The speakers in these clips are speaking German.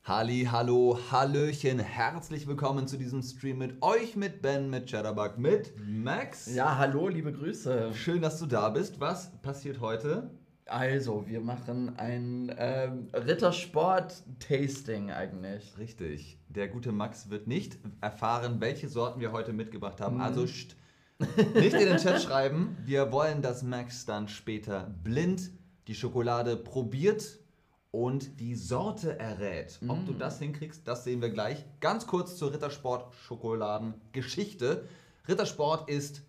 Halli, hallo, hallöchen, herzlich willkommen zu diesem Stream mit euch, mit Ben, mit Chatterbug, mit Max. Ja, hallo, liebe Grüße. Schön, dass du da bist. Was passiert heute? Also, wir machen ein Rittersport-Tasting eigentlich. Richtig, der gute Max wird nicht erfahren, welche Sorten wir heute mitgebracht haben. Also nicht in den Chat schreiben. Wir wollen, dass Max dann später blind die Schokolade probiert und die Sorte errät. Ob du das hinkriegst, das sehen wir gleich. Ganz kurz zur Rittersport-Schokoladen-Geschichte. Rittersport ist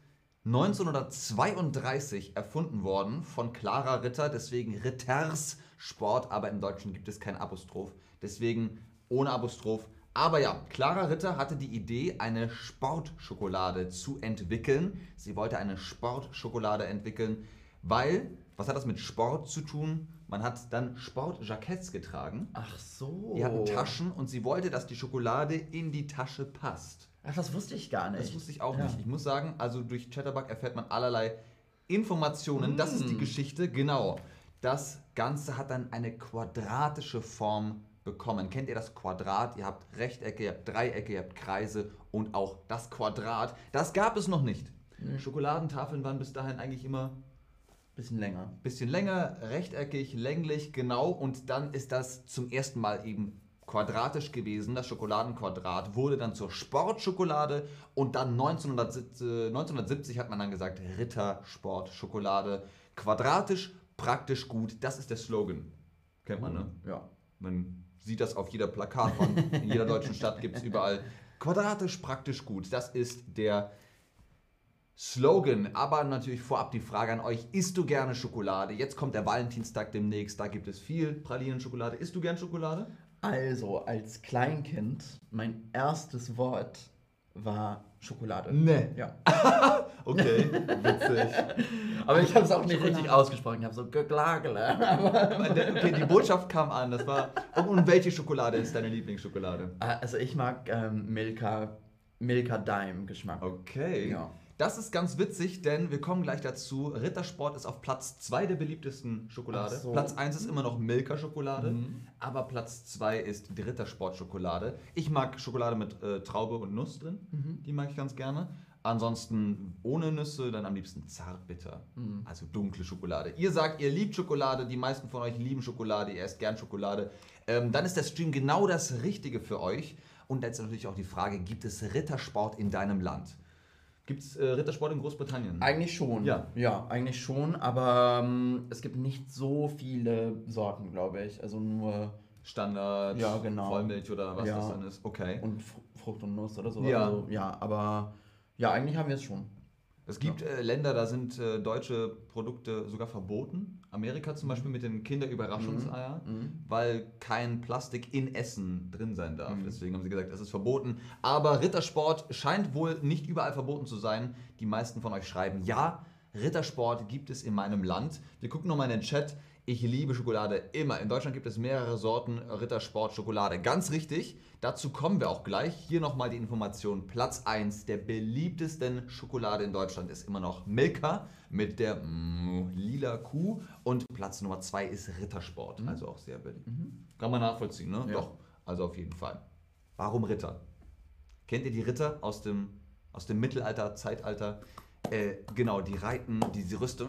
1932 erfunden worden von Clara Ritter, deswegen Ritterssport, aber im Deutschen gibt es kein Apostroph, deswegen ohne Apostroph. Aber ja, Clara Ritter hatte die Idee, eine Sportschokolade zu entwickeln. Sie wollte eine Sportschokolade entwickeln, weil, was hat das mit Sport zu tun? Man hat dann Sportjacketts getragen. Ach so. Die hatten Taschen und sie wollte, dass die Schokolade in die Tasche passt. Ach, das wusste ich gar nicht. Das wusste ich auch nicht. Ich muss sagen, also durch Chatterbug erfährt man allerlei Informationen. Das ist die Geschichte, genau. Das Ganze hat dann eine quadratische Form bekommen. Kennt ihr das Quadrat? Ihr habt Rechtecke, ihr habt Dreiecke, ihr habt Kreise und auch das Quadrat. Das gab es noch nicht. Schokoladentafeln waren bis dahin eigentlich immer bisschen länger, rechteckig, länglich, genau. Und dann ist das zum ersten Mal eben quadratisch gewesen. Das Schokoladenquadrat wurde dann zur Sportschokolade und dann 1970 hat man dann gesagt, Rittersport-Schokolade. Quadratisch, praktisch gut. Das ist der Slogan. Kennt man, ne? Ja. Man sieht das auf jeder Plakatwand. In jeder deutschen Stadt gibt es überall. Quadratisch, praktisch gut. Das ist der Slogan, aber natürlich vorab die Frage an euch, isst du gerne Schokolade? Jetzt kommt der Valentinstag demnächst, da gibt es viel Pralinenschokolade. Isst du gern Schokolade? Also, als Kleinkind, mein erstes Wort war Schokolade. Ne. Ja. Okay, witzig. Aber ich habe es auch nicht richtig ausgesprochen. Ich habe so geglagele. Okay, die Botschaft kam an. Das war. Und welche Schokolade ist deine Lieblingsschokolade? Also ich mag Milka Dime Geschmack. Okay. Ja. Das ist ganz witzig, denn wir kommen gleich dazu. Rittersport ist auf Platz 2 der beliebtesten Schokolade. Ach so. Platz 1 ist immer noch Milka-Schokolade, aber Platz 2 ist die Rittersport-Schokolade. Ich mag Schokolade mit Traube und Nuss drin, die mag ich ganz gerne. Ansonsten ohne Nüsse, dann am liebsten zartbitter, also dunkle Schokolade. Ihr sagt, ihr liebt Schokolade, die meisten von euch lieben Schokolade, ihr esst gern Schokolade. Dann ist der Stream genau das Richtige für euch. Und jetzt natürlich auch die Frage, gibt es Rittersport in deinem Land? Gibt es Rittersport in Großbritannien? Eigentlich schon. Ja. Ja, eigentlich schon, aber es gibt nicht so viele Sorten, glaube ich. Also nur Standard, Ja, genau. Vollmilch oder was Ja. das dann ist. Okay. und Frucht und Nuss oder so. Ja. Also, ja, aber ja, eigentlich haben wir es schon. Es gibt Länder, da sind deutsche Produkte sogar verboten. Amerika zum Beispiel mit den Kinderüberraschungseiern, weil kein Plastik in Essen drin sein darf. Deswegen haben sie gesagt, es ist verboten. Aber Rittersport scheint wohl nicht überall verboten zu sein. Die meisten von euch schreiben, ja, Rittersport gibt es in meinem Land. Wir gucken nochmal in den Chat. Ich liebe Schokolade immer. In Deutschland gibt es mehrere Sorten Rittersport-Schokolade. Ganz richtig. Dazu kommen wir auch gleich. Hier nochmal die Information. Platz 1 der beliebtesten Schokolade in Deutschland ist immer noch Milka mit der lila Kuh. Und Platz Nummer 2 ist Rittersport. Also auch sehr beliebt. Kann man nachvollziehen, ne? Ja. Doch. Also auf jeden Fall. Warum Ritter? Kennt ihr die Ritter aus dem Mittelalter, Zeitalter? Genau, die reiten diese Rüstung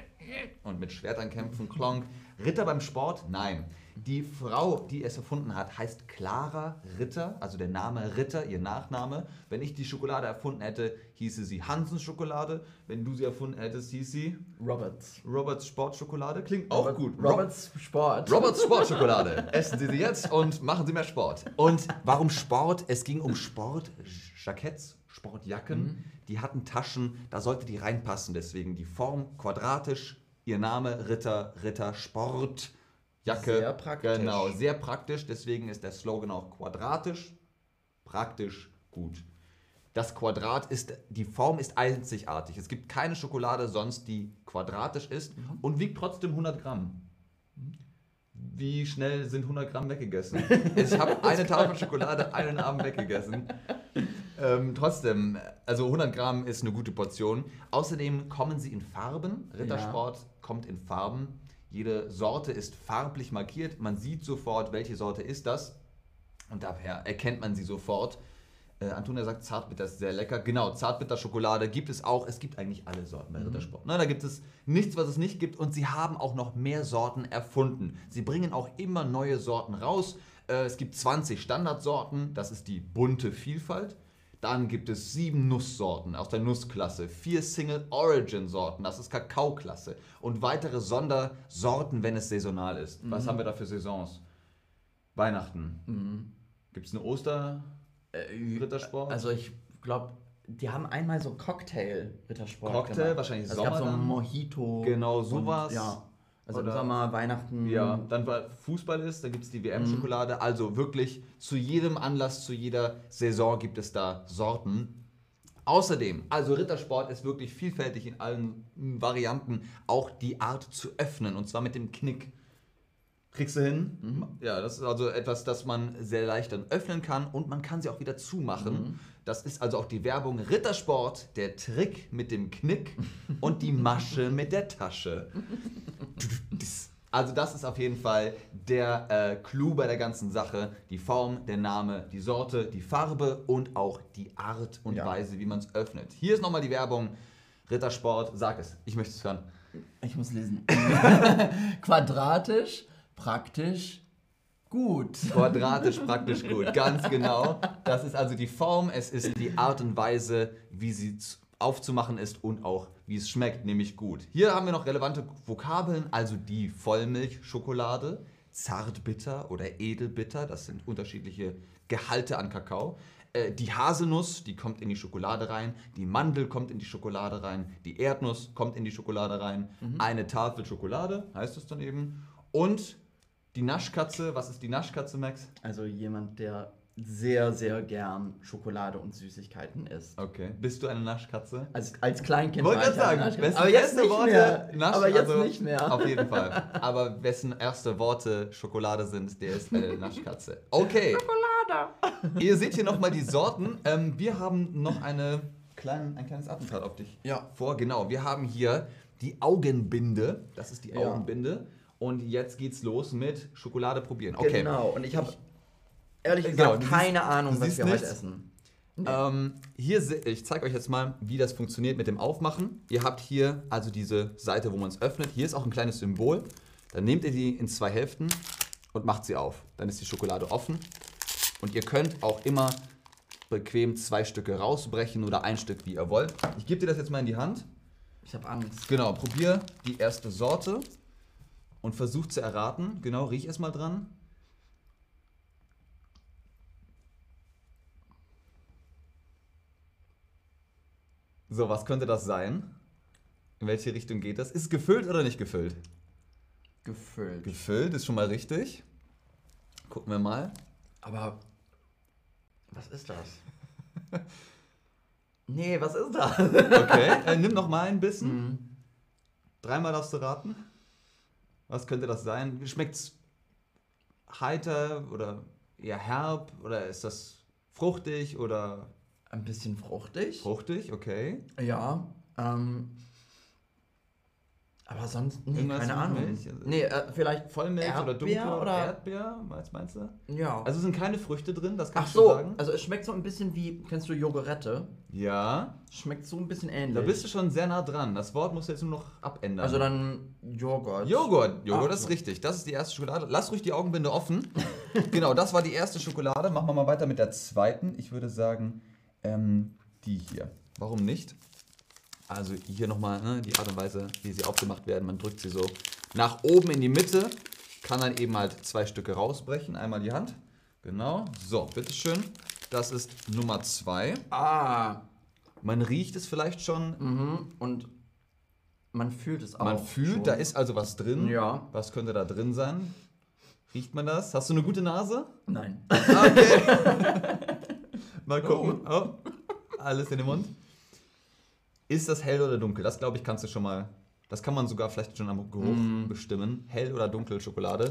und mit Schwertern kämpfen, klonk. Ritter beim Sport? Nein. Die Frau, die es erfunden hat, heißt Clara Ritter, also der Name Ritter, ihr Nachname. Wenn ich die Schokolade erfunden hätte, hieße sie Hansens Schokolade. Wenn du sie erfunden hättest, hieß sie Roberts Sportschokolade. Klingt auch gut. Roberts Sport. Roberts Sportschokolade. Essen Sie sie jetzt und machen Sie mehr Sport. Und warum Sport? Es ging um Sportjacketts, Sportjacken. Die hatten Taschen, da sollte die reinpassen. Deswegen die Form quadratisch, ihr Name Ritter Sport. Jacke. Sehr praktisch. Genau, sehr praktisch. Deswegen ist der Slogan auch quadratisch, praktisch, gut. Das Quadrat ist, die Form ist einzigartig. Es gibt keine Schokolade sonst, die quadratisch ist und wiegt trotzdem 100 Gramm. Wie schnell sind 100 Gramm weggegessen? Ich habe eine Tafel Schokolade einen Abend weggegessen. Trotzdem, also 100 Gramm ist eine gute Portion. Außerdem kommen sie in Farben. Rittersport kommt in Farben. Jede Sorte ist farblich markiert. Man sieht sofort, welche Sorte ist das. Und daher erkennt man sie sofort. Antonia sagt, Zartbitter ist sehr lecker. Genau, Zartbitter-Schokolade gibt es auch. Es gibt eigentlich alle Sorten bei Rittersport. Da gibt es nichts, was es nicht gibt. Und sie haben auch noch mehr Sorten erfunden. Sie bringen auch immer neue Sorten raus. Es gibt 20 Standardsorten. Das ist die bunte Vielfalt. Dann gibt es 7 Nusssorten aus der Nussklasse, 4 Single Origin Sorten, das ist Kakaoklasse und weitere Sondersorten, wenn es saisonal ist. Was haben wir da für Saisons? Weihnachten. Gibt es eine Rittersport? Also ich glaube, die haben einmal so Cocktail-Rittersport Cocktail, gemacht. wahrscheinlich also Sommer es gab so ein dann. Mojito. Genau, sowas. Und, ja, also im Oder- Sommer, Weihnachten. Ja, dann weil Fußball ist, dann gibt es die WM-Schokolade. Also wirklich zu jedem Anlass, zu jeder Saison gibt es da Sorten. Außerdem, also Rittersport ist wirklich vielfältig in allen Varianten, auch die Art zu öffnen und zwar mit dem Knick. Kriegst du hin? Ja, das ist also etwas, das man sehr leicht dann öffnen kann und man kann sie auch wieder zumachen. Das ist also auch die Werbung Rittersport, der Trick mit dem Knick und die Masche mit der Tasche. Also das ist auf jeden Fall der Clou bei der ganzen Sache. Die Form, der Name, die Sorte, die Farbe und auch die Art und Weise, wie man es öffnet. Hier ist nochmal die Werbung Rittersport. Sag es, ich möchte es hören. Ich muss lesen. Quadratisch, praktisch, gut. Quadratisch, praktisch gut, ganz genau. Das ist also die Form, es ist die Art und Weise, wie sie aufzumachen ist und auch wie es schmeckt, nämlich gut. Hier haben wir noch relevante Vokabeln, also die Vollmilchschokolade, Zartbitter oder Edelbitter, das sind unterschiedliche Gehalte an Kakao. Die Haselnuss, die kommt in die Schokolade rein, die Mandel kommt in die Schokolade rein, die Erdnuss kommt in die Schokolade rein, eine Tafel Schokolade, heißt es dann eben, und die Naschkatze. Was ist die Naschkatze, Max? Also jemand, der sehr, sehr gern Schokolade und Süßigkeiten isst. Okay. Bist du eine Naschkatze? Als Kleinkind Wollte war ich gerade eine sagen, Naschkatze. wessen Aber jetzt erste nicht Worte mehr. Nasch, Aber jetzt also nicht mehr. Auf jeden Fall. Aber wessen erste Worte Schokolade sind, der ist eine Naschkatze. Okay. Schokolade! Ihr seht hier nochmal die Sorten. Wir haben noch ein kleines Attentat auf dich vor. Genau, wir haben hier die Augenbinde. Das ist die Augenbinde. Und jetzt geht's los mit Schokolade probieren. Okay. Genau, und ich habe ehrlich gesagt keine Ahnung, was wir heute nichts? essen. Ich zeige euch jetzt mal, wie das funktioniert mit dem Aufmachen. Ihr habt hier also diese Seite, wo man es öffnet. Hier ist auch ein kleines Symbol. Dann nehmt ihr die in 2 Hälften und macht sie auf. Dann ist die Schokolade offen. Und ihr könnt auch immer bequem 2 Stücke rausbrechen oder 1 Stück, wie ihr wollt. Ich gebe dir das jetzt mal in die Hand. Ich habe Angst. Genau, probier die erste Sorte und versuch zu erraten. Genau, riech erst mal dran. So, was könnte das sein? In welche Richtung geht das? Ist es gefüllt oder nicht gefüllt? Gefüllt. Gefüllt ist schon mal richtig. Gucken wir mal. Aber was ist das? Nee, was ist das? Okay, nimm noch mal ein Bissen. 3-mal darfst du raten. Was könnte das sein? Schmeckt's heiter oder eher herb? Oder ist das fruchtig oder... Ein bisschen fruchtig. Fruchtig, okay. Ja, aber sonst, nee, Irgendwas keine mit Ahnung. Milch? Nee, vielleicht Vollmilch oder Erdbeer dunkle oder- Erdbeer? Was meinst du? Ja. Also sind keine Früchte drin, das kann Ach ich schon so, sagen. also es schmeckt so ein bisschen wie, kennst du Jogurette? Ja, Schmeckt so ein bisschen ähnlich. da bist du schon sehr nah dran. Das Wort musst du jetzt nur noch abändern. Also dann Joghurt. Joghurt Ach, ist richtig. Das ist die erste Schokolade. Lass ruhig die Augenbinde offen. Genau, das war die erste Schokolade. Machen wir mal weiter mit der zweiten. Ich würde sagen, die hier. Warum nicht? Also hier nochmal die Art und Weise, wie sie aufgemacht werden. Man drückt sie so nach oben in die Mitte, kann dann eben halt 2 Stücke rausbrechen. Einmal die Hand. Genau. So, bitteschön. Das ist Nummer 2. Ah. Man riecht es vielleicht schon. Und man fühlt es auch. Man fühlt, schon. da ist also was drin. Ja. Was könnte da drin sein? Riecht man das? Hast du eine gute Nase? Nein. Okay. Mal gucken. Oh. Alles in den Mund. Ist das hell oder dunkel? Das glaube ich, kannst du schon mal. Das kann man sogar vielleicht schon am Geruch bestimmen. Hell oder dunkel Schokolade?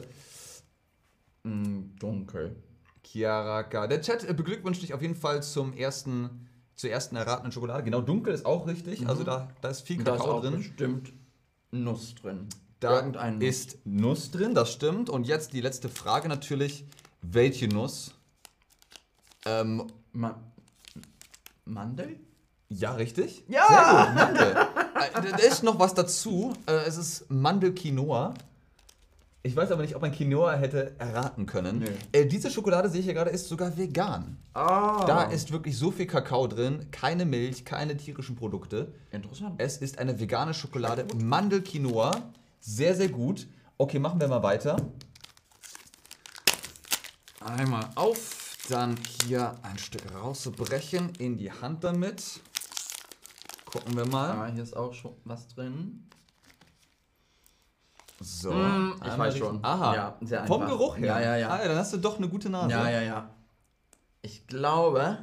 Dunkel. Chiara. Der Chat beglückwünscht dich auf jeden Fall zur ersten erratenen Schokolade. Genau, dunkel ist auch richtig. Also da ist viel Da ist Kakao auch drin. bestimmt Nuss drin. Da Irgendein Nuss. ist Nuss drin, das stimmt. Und jetzt die letzte Frage natürlich. Welche Nuss? Mandel? Ja, richtig. Ja! Sehr gut, Mandel. Da ist noch was dazu. Es ist Mandel-Quinoa. Ich weiß aber nicht, ob man Quinoa hätte erraten können. Nee. Diese Schokolade, sehe ich hier gerade, ist sogar vegan. Ah. Da ist wirklich so viel Kakao drin, keine Milch, keine tierischen Produkte. Interessant. Es ist eine vegane Schokolade, Mandel-Quinoa. Sehr, sehr gut. Okay, machen wir mal weiter. Einmal auf, dann hier ein Stück rauszubrechen, in die Hand damit. Gucken wir mal. Hier ist auch schon was drin. So. Ich weiß schon. Aha. Ja, sehr einfach. Vom Geruch her? Ja. Ah, ja, dann hast du doch eine gute Nase. Ja. Ich glaube...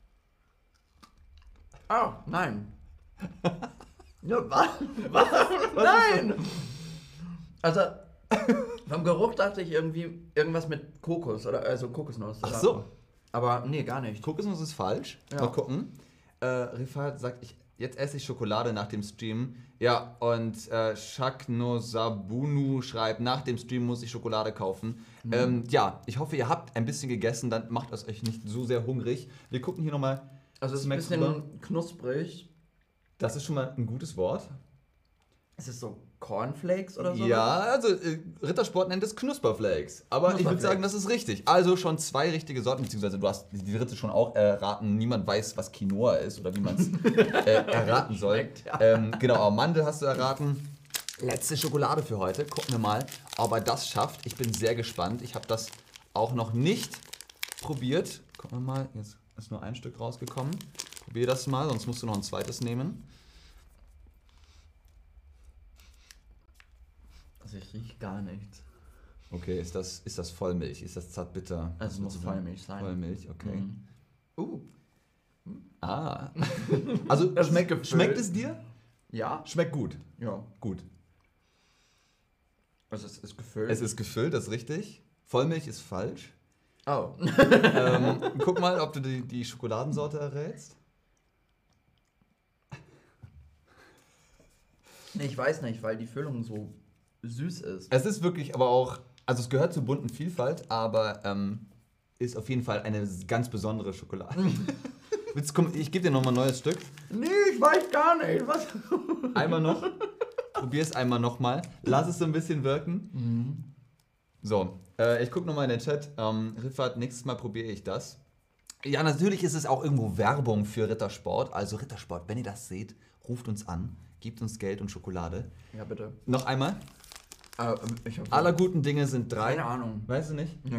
Oh, nein. Ja, was? Nein! Also, vom Geruch dachte ich irgendwie irgendwas mit Kokos, oder also Kokosnuss. Ach oder? so. Aber nee, gar nicht. Kokosnuss ist falsch. Ja. Mal gucken. Rifat sagt, jetzt esse ich Schokolade nach dem Stream. Ja, und Shakno Sabunu schreibt, nach dem Stream muss ich Schokolade kaufen. Ja, ich hoffe, ihr habt ein bisschen gegessen, dann macht es euch nicht so sehr hungrig. Wir gucken hier nochmal. Also es ist ein bisschen knusprig. Das ist schon mal ein gutes Wort. Ist es so Cornflakes oder so? Ja, also Rittersport nennt es Knusperflakes. Aber ich würde sagen, das ist richtig. Also schon 2 richtige Sorten, beziehungsweise du hast die dritte schon auch erraten. Niemand weiß, was Quinoa ist oder wie man es erraten soll. Schmeckt, ja. Genau, aber Mandel hast du erraten. Letzte Schokolade für heute. Gucken wir mal, ob er das schafft. Ich bin sehr gespannt. Ich habe das auch noch nicht probiert. Gucken wir mal, jetzt ist nur ein Stück rausgekommen. Probier das mal, sonst musst du noch ein zweites nehmen. Also ich rieche gar nichts. Okay, ist das Vollmilch? Ist das zartbitter? Also muss Vollmilch sein. Vollmilch, okay. Mhm. Ah. Also schmeckt es dir? Ja. Schmeckt gut. Ja. Gut. Also es ist gefüllt. Es ist gefüllt, das ist richtig. Vollmilch ist falsch. Oh. Guck mal, ob du die Schokoladensorte errätst. Nee, ich weiß nicht, weil die Füllung so süß ist. Es ist wirklich aber auch, also es gehört zur bunten Vielfalt, aber ist auf jeden Fall eine ganz besondere Schokolade. Ich gebe dir nochmal ein neues Stück. Nee, ich weiß gar nicht. Was? Einmal noch. Probier es einmal nochmal. Lass es so ein bisschen wirken. Mhm. So, ich gucke nochmal in den Chat. Rifat, nächstes Mal probiere ich das. Ja, natürlich ist es auch irgendwo Werbung für Rittersport. Also Rittersport, wenn ihr das seht, ruft uns an, gebt uns Geld und Schokolade. Ja, bitte. Noch einmal. Aller guten Dinge sind 3. Keine Ahnung. Weißt du nicht? Nee.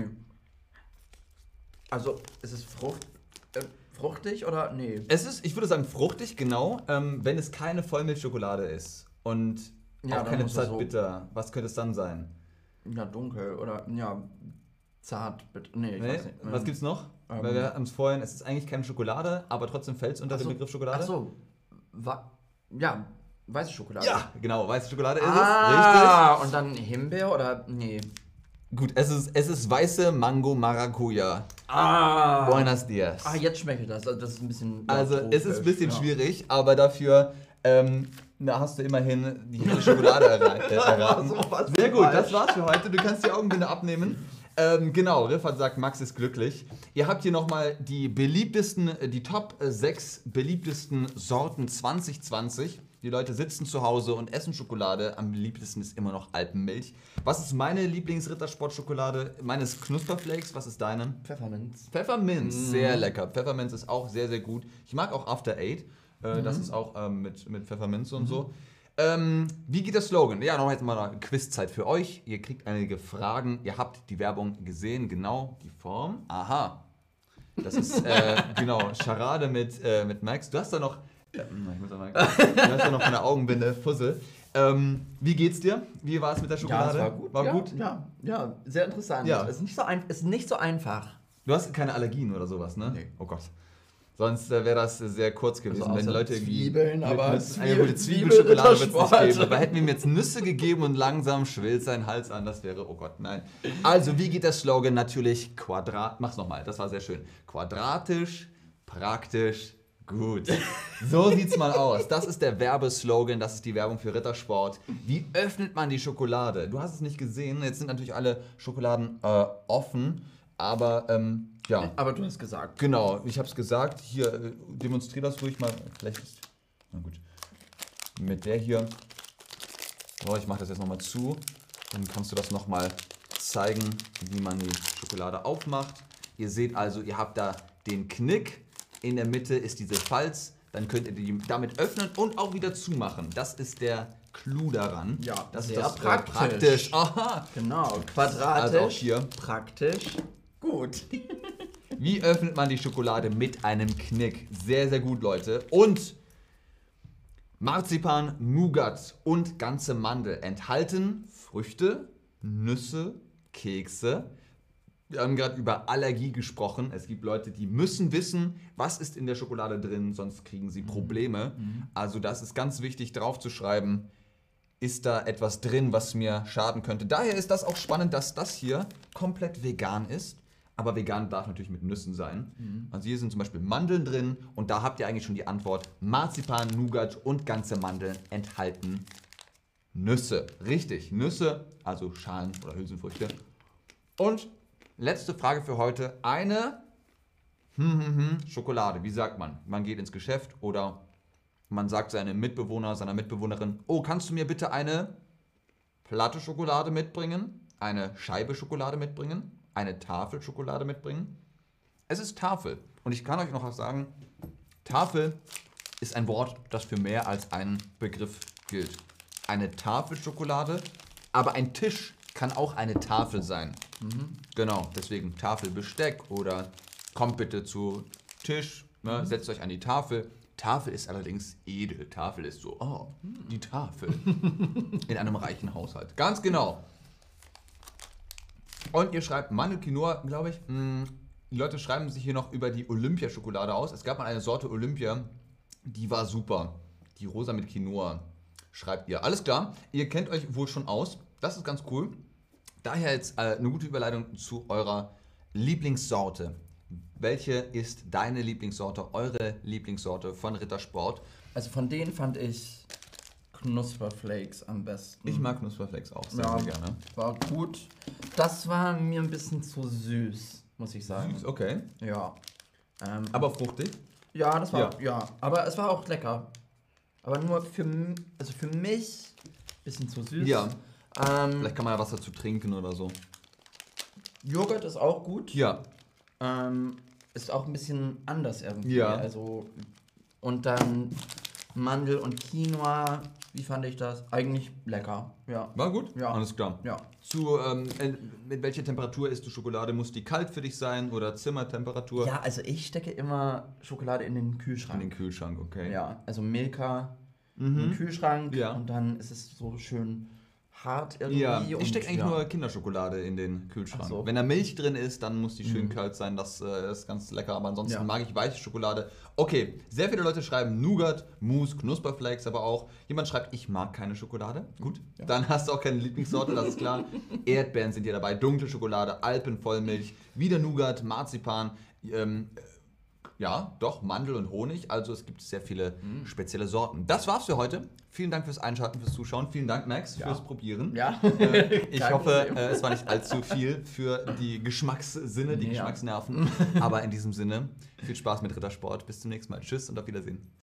Also, ist es fruchtig oder? Nee. Es ist, ich würde sagen, fruchtig, genau, wenn es keine Vollmilchschokolade ist. Und Ja, auch dann keine muss es Zartbitter. Was könnte es dann sein? Ja, dunkel oder ja, zart. Nee, ich Nee? weiß nicht. Was gibt's noch? Weil wir hatten es vorhin, es ist eigentlich keine Schokolade, aber trotzdem fällt es unter den Begriff Schokolade. Achso. Ja, weiße Schokolade. Ja, genau, weiße Schokolade ist es. Ah, und dann Himbeer oder? Nee. Richtig. Gut, es ist weiße Mango Maracuja. Ah. Buenos dias. Ah, jetzt schmecke ich das. Also das ist ein bisschen. Also es ist ein bisschen ja. schwierig, aber dafür da hast du immerhin die helle Schokolade erraten. Sehr gut, das war's für heute. Du kannst die Augenbinde abnehmen. Genau, Rifat sagt, Max ist glücklich. Ihr habt hier nochmal die Top 6 beliebtesten Sorten 2020. Die Leute sitzen zu Hause und essen Schokolade. Am beliebtesten ist immer noch Alpenmilch. Was ist meine Lieblings-Rittersport-Schokolade? Meine ist Knusperflakes. Was ist deine? Pfefferminz. Pfefferminz, sehr lecker. Pfefferminz ist auch sehr, sehr gut. Ich mag auch After Eight. Das ist auch mit Pfefferminz und so. Wie geht der Slogan? Ja, noch jetzt mal eine Quizzeit für euch. Ihr kriegt einige Fragen. Ihr habt die Werbung gesehen. Genau, die Form. Aha. Das ist, genau, Charade mit Max. Du hast da noch... du hast da noch eine Augenbinde, Fussel. Wie geht's dir? Wie war es mit der Schokolade? Ja, es war gut. War gut? Ja, sehr interessant. Ja. Es ist nicht so einfach. Du hast keine Allergien oder sowas, ne? Nee. Oh Gott. Sonst wäre das sehr kurz gewesen, Also wenn die Leute irgendwie Zwiebeln, aber eine gute Zwiebelschokolade wird es nicht Rittersport. geben. Aber hätten wir ihm jetzt Nüsse gegeben und langsam schwillt sein Hals an, das wäre, oh Gott, nein. Also, wie geht der Slogan? Natürlich mach's nochmal, das war sehr schön. Quadratisch, praktisch, gut. So sieht's mal aus. Das ist der Werbeslogan, das ist die Werbung für Rittersport. Wie öffnet man die Schokolade? Du hast es nicht gesehen, jetzt sind natürlich alle Schokoladen offen. Aber ja. Aber du hast gesagt. Genau, ich habe es gesagt. Hier, demonstriere das ruhig mal. Vielleicht ist. Na gut. Mit der hier. So, ich mache das jetzt nochmal zu. Dann kannst du das nochmal zeigen, wie man die Schokolade aufmacht. Ihr seht also, ihr habt da den Knick. In der Mitte ist diese Falz. Dann könnt ihr die damit öffnen und auch wieder zumachen. Das ist der Clou daran. Ja, das sehr ist das praktisch. Aha. Genau, quadratisch. Also auch hier. Praktisch. Gut. Wie öffnet man die Schokolade mit einem Knick? Sehr, sehr gut, Leute. Und Marzipan, Nougat und ganze Mandel enthalten Früchte, Nüsse, Kekse. Wir haben gerade über Allergie gesprochen. Es gibt Leute, die müssen wissen, was ist in der Schokolade drin, sonst kriegen sie Probleme. Also das ist ganz wichtig drauf zu schreiben, ist da etwas drin, was mir schaden könnte. Daher ist das auch spannend, dass das hier komplett vegan ist. Aber vegan darf natürlich mit Nüssen sein. Also hier sind zum Beispiel Mandeln drin und da habt ihr eigentlich schon die Antwort. Marzipan, Nougat und ganze Mandeln enthalten Nüsse. Richtig, Nüsse, also Schalen oder Hülsenfrüchte. Und letzte Frage für heute. Eine Schokolade. Wie sagt man? Man geht ins Geschäft oder man sagt seinem Mitbewohner, seiner Mitbewohnerin, oh, kannst du mir bitte eine Platte Schokolade mitbringen? Eine Scheibe Schokolade mitbringen? Eine Tafel Schokolade mitbringen? Es ist Tafel. Und ich kann euch noch was sagen. Tafel ist ein Wort, das für mehr als einen Begriff gilt. Eine Tafel Schokolade, aber ein Tisch kann auch eine Tafel sein. Genau, deswegen Tafel Besteck oder kommt bitte zu Tisch, ne, setzt euch an die Tafel. Tafel ist allerdings edel. Tafel ist so, oh, die Tafel. In einem reichen Haushalt. Ganz genau. Und ihr schreibt Mandel Quinoa, glaube ich. Die Leute schreiben sich hier noch über die Olympia-Schokolade aus. Es gab mal eine Sorte Olympia, die war super. Die rosa mit Quinoa, schreibt ihr. Alles klar, ihr kennt euch wohl schon aus. Das ist ganz cool. Daher jetzt eine gute Überleitung zu eurer Lieblingssorte. Welche ist deine Lieblingssorte, eure Lieblingssorte von Rittersport? Also von denen fand ich Knusperflakes am besten. Ich mag Knusperflakes auch sehr, Ja, sehr gerne. war gut. Das war mir ein bisschen zu süß, muss ich sagen. Süß, okay. Ja. Aber fruchtig? Ja, das war, Ja. ja. Aber es war auch lecker. Aber nur für mich ein bisschen zu süß. Ja. Vielleicht kann man ja was dazu trinken oder so. Joghurt ist auch gut. Ja. Ist auch ein bisschen anders irgendwie. Ja. Also, und dann Mandel und Quinoa. Wie fand ich das? Eigentlich lecker. Ja. War gut? Ja. Alles klar. Ja. Mit welcher Temperatur isst du Schokolade? Muss die kalt für dich sein oder Zimmertemperatur? Ja, also ich stecke immer Schokolade in den In Kühlschrank. den Kühlschrank, okay. Ja, also Milka im Kühlschrank Ja. und dann ist es so schön hart irgendwie. Ja, und ich stecke eigentlich ja. nur Kinderschokolade in den Kühlschrank. Ach so. Wenn da Milch drin ist, dann muss die schön kalt sein. Das ist ganz lecker. Aber ansonsten Ja. mag ich weiche Schokolade. Okay, sehr viele Leute schreiben Nougat, Mousse, Knusperflakes, aber auch jemand schreibt, ich mag keine Schokolade. Gut, dann hast du auch keine Lieblingssorte, das ist klar. Erdbeeren sind hier dabei, dunkle Schokolade, Alpenvollmilch, wieder Nougat, Marzipan. Ja, doch, Mandel und Honig. Also es gibt sehr viele spezielle Sorten. Das war's für heute. Vielen Dank fürs Einschalten, fürs Zuschauen. Vielen Dank, Max, fürs Probieren. Ja. Ich Kein hoffe, Problem. es war nicht allzu viel für die Geschmackssinne, die Ja. Geschmacksnerven. Aber in diesem Sinne, viel Spaß mit Rittersport. Bis zum nächsten Mal. Tschüss und auf Wiedersehen.